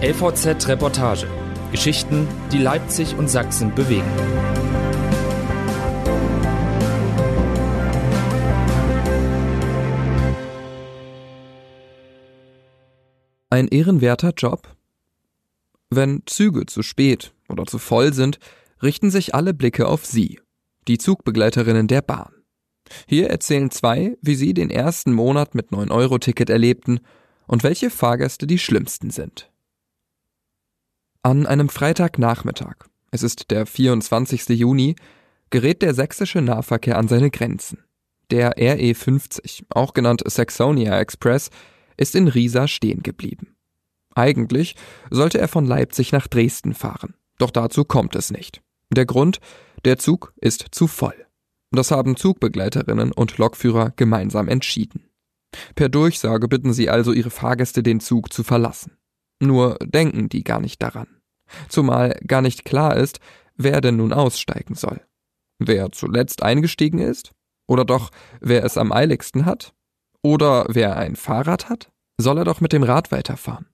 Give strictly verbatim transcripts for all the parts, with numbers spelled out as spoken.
L V Z Reportage. Geschichten, die Leipzig und Sachsen bewegen. Ein ehrenwerter Job? Wenn Züge zu spät oder zu voll sind, richten sich alle Blicke auf sie, die Zugbegleiterinnen der Bahn. Hier erzählen zwei, wie sie den ersten Monat mit neun Euro Ticket erlebten und welche Fahrgäste die schlimmsten sind. An einem Freitagnachmittag, es ist der vierundzwanzigsten Juni, gerät der sächsische Nahverkehr an seine Grenzen. Der R E fünfzig, auch genannt Saxonia Express, ist in Riesa stehen geblieben. Eigentlich sollte er von Leipzig nach Dresden fahren, doch dazu kommt es nicht. Der Grund: der Zug ist zu voll. Das haben Zugbegleiterinnen und Lokführer gemeinsam entschieden. Per Durchsage bitten sie also ihre Fahrgäste, den Zug zu verlassen. Nur denken die gar nicht daran. Zumal gar nicht klar ist, wer denn nun aussteigen soll. Wer zuletzt eingestiegen ist? Oder doch, wer es am eiligsten hat? Oder wer ein Fahrrad hat? Soll er doch mit dem Rad weiterfahren.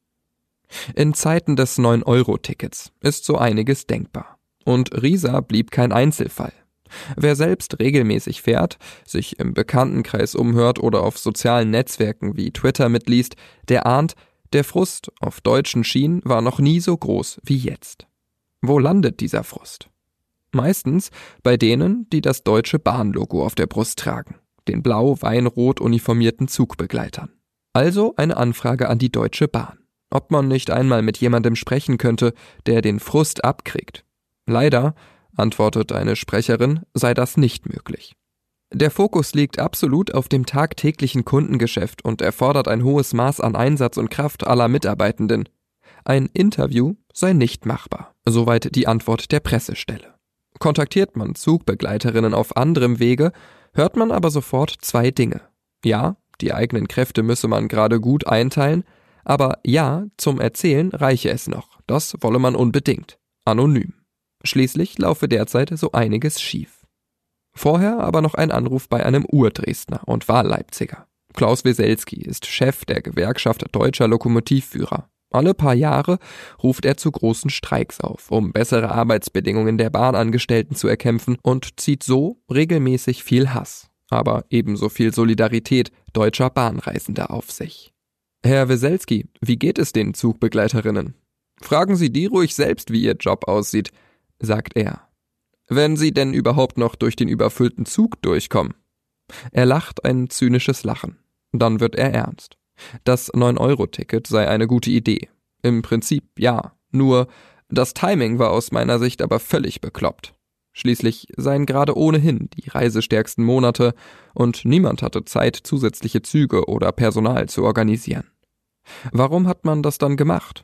In Zeiten des neun Euro Tickets ist so einiges denkbar. Und Riesa blieb kein Einzelfall. Wer selbst regelmäßig fährt, sich im Bekanntenkreis umhört oder auf sozialen Netzwerken wie Twitter mitliest, der ahnt, der Frust auf deutschen Schienen war noch nie so groß wie jetzt. Wo landet dieser Frust? Meistens bei denen, die das Deutsche Bahn-Logo auf der Brust tragen, den blau-weinrot uniformierten Zugbegleitern. Also eine Anfrage an die Deutsche Bahn, ob man nicht einmal mit jemandem sprechen könnte, der den Frust abkriegt. Leider, antwortet eine Sprecherin, sei das nicht möglich. Der Fokus liegt absolut auf dem tagtäglichen Kundengeschäft und erfordert ein hohes Maß an Einsatz und Kraft aller Mitarbeitenden. Ein Interview sei nicht machbar, soweit die Antwort der Pressestelle. Kontaktiert man Zugbegleiterinnen auf anderem Wege, hört man aber sofort zwei Dinge. Ja, die eigenen Kräfte müsse man gerade gut einteilen, aber ja, zum Erzählen reiche es noch, das wolle man unbedingt, anonym. Schließlich laufe derzeit so einiges schief. Vorher aber noch ein Anruf bei einem Ur-Dresdner und Wahl-Leipziger. Klaus Weselski ist Chef der Gewerkschaft Deutscher Lokomotivführer. Alle paar Jahre ruft er zu großen Streiks auf, um bessere Arbeitsbedingungen der Bahnangestellten zu erkämpfen und zieht so regelmäßig viel Hass, aber ebenso viel Solidarität deutscher Bahnreisender auf sich. Herr Weselski, wie geht es den Zugbegleiterinnen? Fragen Sie die ruhig selbst, wie ihr Job aussieht, sagt er. Wenn sie denn überhaupt noch durch den überfüllten Zug durchkommen. Er lacht ein zynisches Lachen. Dann wird er ernst. Das neun Euro Ticket sei eine gute Idee. Im Prinzip ja, nur das Timing war aus meiner Sicht aber völlig bekloppt. Schließlich seien gerade ohnehin die reisestärksten Monate und niemand hatte Zeit, zusätzliche Züge oder Personal zu organisieren. Warum hat man das dann gemacht?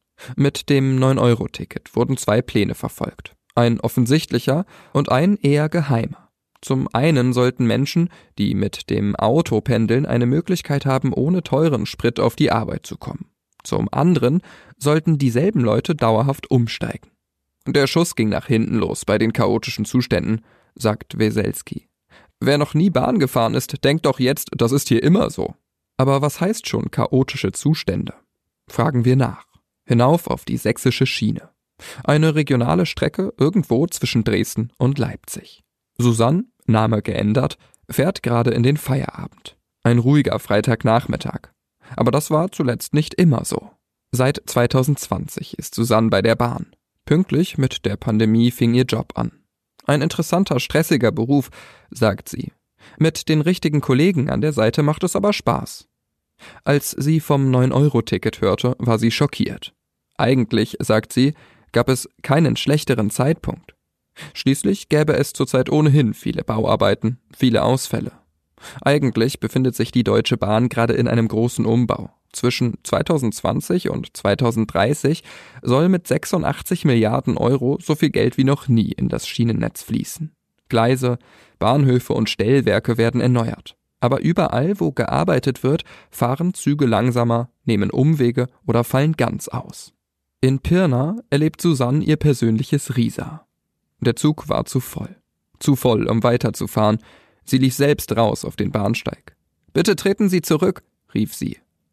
Mit dem neun Euro Ticket wurden zwei Pläne verfolgt. Ein offensichtlicher und ein eher geheimer. Zum einen sollten Menschen, die mit dem Auto pendeln, eine Möglichkeit haben, ohne teuren Sprit auf die Arbeit zu kommen. Zum anderen sollten dieselben Leute dauerhaft umsteigen. Der Schuss ging nach hinten los bei den chaotischen Zuständen, sagt Weselski. Wer noch nie Bahn gefahren ist, denkt doch jetzt, das ist hier immer so. Aber was heißt schon chaotische Zustände? Fragen wir nach. Hinauf auf die sächsische Schiene. Eine regionale Strecke irgendwo zwischen Dresden und Leipzig. Susanne, Name geändert, fährt gerade in den Feierabend. Ein ruhiger Freitagnachmittag. Aber das war zuletzt nicht immer so. Seit zweitausendzwanzig ist Susanne bei der Bahn. Pünktlich mit der Pandemie fing ihr Job an. Ein interessanter, stressiger Beruf, sagt sie. Mit den richtigen Kollegen an der Seite macht es aber Spaß. Als sie vom neun Euro Ticket hörte, war sie schockiert. Eigentlich, sagt sie, gab es keinen schlechteren Zeitpunkt. Schließlich gäbe es zurzeit ohnehin viele Bauarbeiten, viele Ausfälle. Eigentlich befindet sich die Deutsche Bahn gerade in einem großen Umbau. Zwischen zweitausendzwanzig und zweitausenddreißig soll mit sechsundachtzig Milliarden Euro so viel Geld wie noch nie in das Schienennetz fließen. Gleise, Bahnhöfe und Stellwerke werden erneuert. Aber überall, wo gearbeitet wird, fahren Züge langsamer, nehmen Umwege oder fallen ganz aus. In Pirna erlebt Susanne ihr persönliches Riesa. Der Zug war zu voll. Zu voll, um weiterzufahren. Sie lief selbst raus auf den Bahnsteig. »Bitte treten Sie zurück«, rief sie.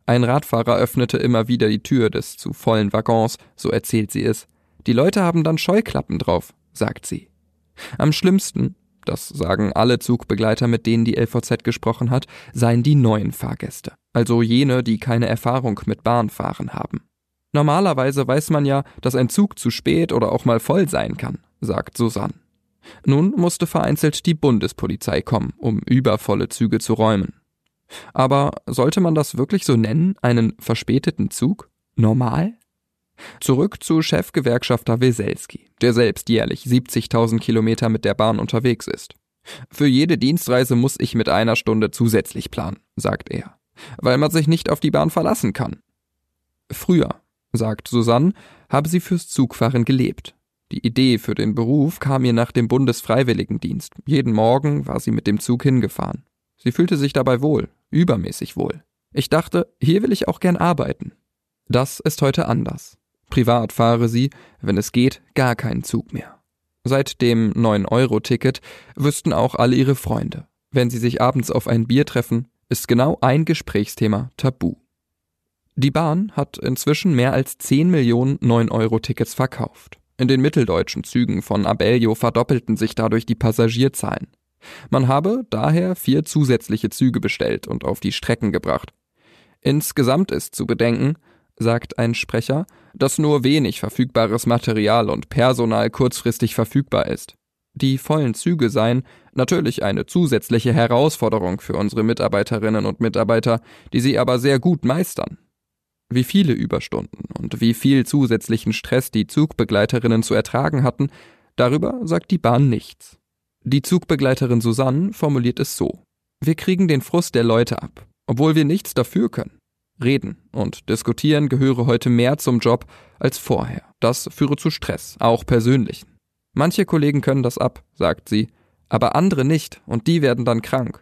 Ein Radfahrer öffnete immer wieder die Tür des zu vollen Waggons, so erzählt sie es. Die Leute haben dann Scheuklappen drauf, sagt sie. Am schlimmsten, das sagen alle Zugbegleiter, mit denen die L V Z gesprochen hat, seien die neuen Fahrgäste, also jene, die keine Erfahrung mit Bahnfahren haben. Normalerweise weiß man ja, dass ein Zug zu spät oder auch mal voll sein kann, sagt Susanne. Nun musste vereinzelt die Bundespolizei kommen, um übervolle Züge zu räumen. Aber sollte man das wirklich so nennen, einen verspäteten Zug? Normal? Zurück zu Chefgewerkschafter Weselski, der selbst jährlich siebzigtausend Kilometer mit der Bahn unterwegs ist. Für jede Dienstreise muss ich mit einer Stunde zusätzlich planen, sagt er, weil man sich nicht auf die Bahn verlassen kann. Früher, sagt Susanne, habe sie fürs Zugfahren gelebt. Die Idee für den Beruf kam ihr nach dem Bundesfreiwilligendienst. Jeden Morgen war sie mit dem Zug hingefahren. Sie fühlte sich dabei wohl, übermäßig wohl. Ich dachte, hier will ich auch gern arbeiten. Das ist heute anders. Privat fahre sie, wenn es geht, gar keinen Zug mehr. Seit dem neun Euro Ticket wüssten auch alle ihre Freunde. Wenn sie sich abends auf ein Bier treffen, ist genau ein Gesprächsthema tabu. Die Bahn hat inzwischen mehr als zehn Millionen neun Euro Tickets verkauft. In den mitteldeutschen Zügen von Abellio verdoppelten sich dadurch die Passagierzahlen. Man habe daher vier zusätzliche Züge bestellt und auf die Strecken gebracht. Insgesamt ist zu bedenken, sagt ein Sprecher, dass nur wenig verfügbares Material und Personal kurzfristig verfügbar ist. Die vollen Züge seien natürlich eine zusätzliche Herausforderung für unsere Mitarbeiterinnen und Mitarbeiter, die sie aber sehr gut meistern. Wie viele Überstunden und wie viel zusätzlichen Stress die Zugbegleiterinnen zu ertragen hatten, darüber sagt die Bahn nichts. Die Zugbegleiterin Susanne formuliert es so: Wir kriegen den Frust der Leute ab, obwohl wir nichts dafür können. Reden und diskutieren gehöre heute mehr zum Job als vorher. Das führe zu Stress, auch persönlichen. Manche Kollegen können das ab, sagt sie, aber andere nicht und die werden dann krank.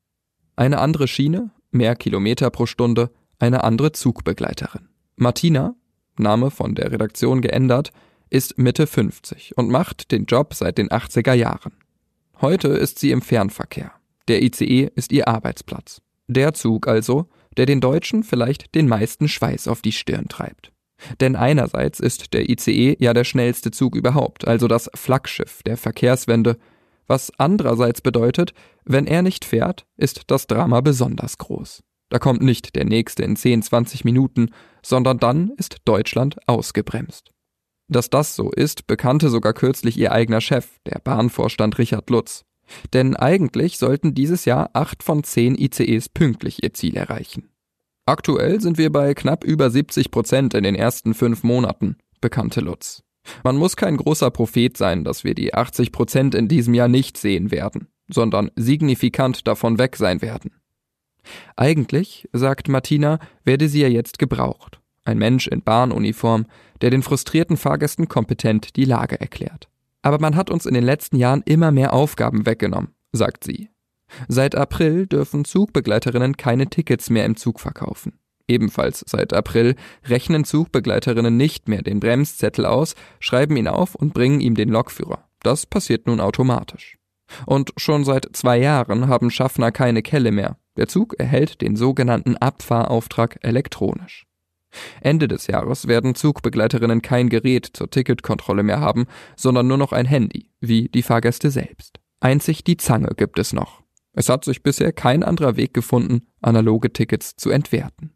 Eine andere Schiene, mehr Kilometer pro Stunde, eine andere Zugbegleiterin. Martina, Name von der Redaktion geändert, ist Mitte fünfzig und macht den Job seit den achtziger Jahren. Heute ist sie im Fernverkehr. Der I C E ist ihr Arbeitsplatz. Der Zug also, der den Deutschen vielleicht den meisten Schweiß auf die Stirn treibt. Denn einerseits ist der I C E ja der schnellste Zug überhaupt, also das Flaggschiff der Verkehrswende, was andererseits bedeutet, wenn er nicht fährt, ist das Drama besonders groß. Da kommt nicht der nächste in zehn, zwanzig Minuten, sondern dann ist Deutschland ausgebremst. Dass das so ist, bekannte sogar kürzlich ihr eigener Chef, der Bahnvorstand Richard Lutz. Denn eigentlich sollten dieses Jahr acht von zehn I C Es pünktlich ihr Ziel erreichen. Aktuell sind wir bei knapp über siebzig Prozent in den ersten fünf Monaten, bekannte Lutz. Man muss kein großer Prophet sein, dass wir die achtzig Prozent in diesem Jahr nicht sehen werden, sondern signifikant davon weg sein werden. Eigentlich, sagt Martina, werde sie ja jetzt gebraucht. Ein Mensch in Bahnuniform, der den frustrierten Fahrgästen kompetent die Lage erklärt. Aber man hat uns in den letzten Jahren immer mehr Aufgaben weggenommen, sagt sie. Seit April dürfen Zugbegleiterinnen keine Tickets mehr im Zug verkaufen. Ebenfalls seit April rechnen Zugbegleiterinnen nicht mehr den Bremszettel aus, schreiben ihn auf und bringen ihm den Lokführer. Das passiert nun automatisch. Und schon seit zwei Jahren haben Schaffner keine Kelle mehr. Der Zug erhält den sogenannten Abfahrauftrag elektronisch. Ende des Jahres werden Zugbegleiterinnen kein Gerät zur Ticketkontrolle mehr haben, sondern nur noch ein Handy, wie die Fahrgäste selbst. Einzig die Zange gibt es noch. Es hat sich bisher kein anderer Weg gefunden, analoge Tickets zu entwerten.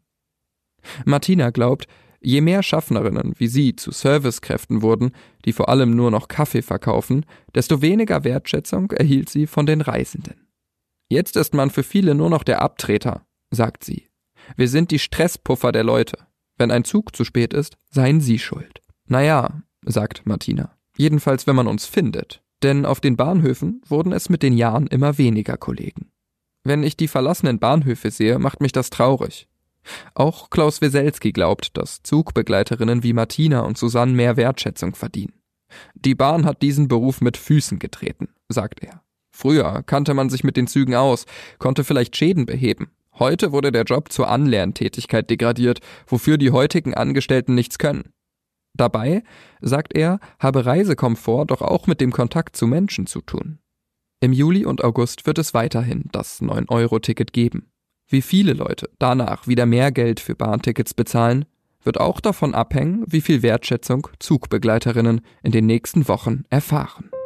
Martina glaubt, je mehr Schaffnerinnen wie sie zu Servicekräften wurden, die vor allem nur noch Kaffee verkaufen, desto weniger Wertschätzung erhielt sie von den Reisenden. Jetzt ist man für viele nur noch der Abtreter, sagt sie. Wir sind die Stresspuffer der Leute. Wenn ein Zug zu spät ist, seien sie schuld. Naja, sagt Martina, jedenfalls wenn man uns findet. Denn auf den Bahnhöfen wurden es mit den Jahren immer weniger Kollegen. Wenn ich die verlassenen Bahnhöfe sehe, macht mich das traurig. Auch Klaus Weselski glaubt, dass Zugbegleiterinnen wie Martina und Susanne mehr Wertschätzung verdienen. Die Bahn hat diesen Beruf mit Füßen getreten, sagt er. Früher kannte man sich mit den Zügen aus, konnte vielleicht Schäden beheben. Heute wurde der Job zur Anlerntätigkeit degradiert, wofür die heutigen Angestellten nichts können. Dabei, sagt er, habe Reisekomfort doch auch mit dem Kontakt zu Menschen zu tun. Im Juli und August wird es weiterhin das neun Euro Ticket geben. Wie viele Leute danach wieder mehr Geld für Bahntickets bezahlen, wird auch davon abhängen, wie viel Wertschätzung Zugbegleiterinnen in den nächsten Wochen erfahren.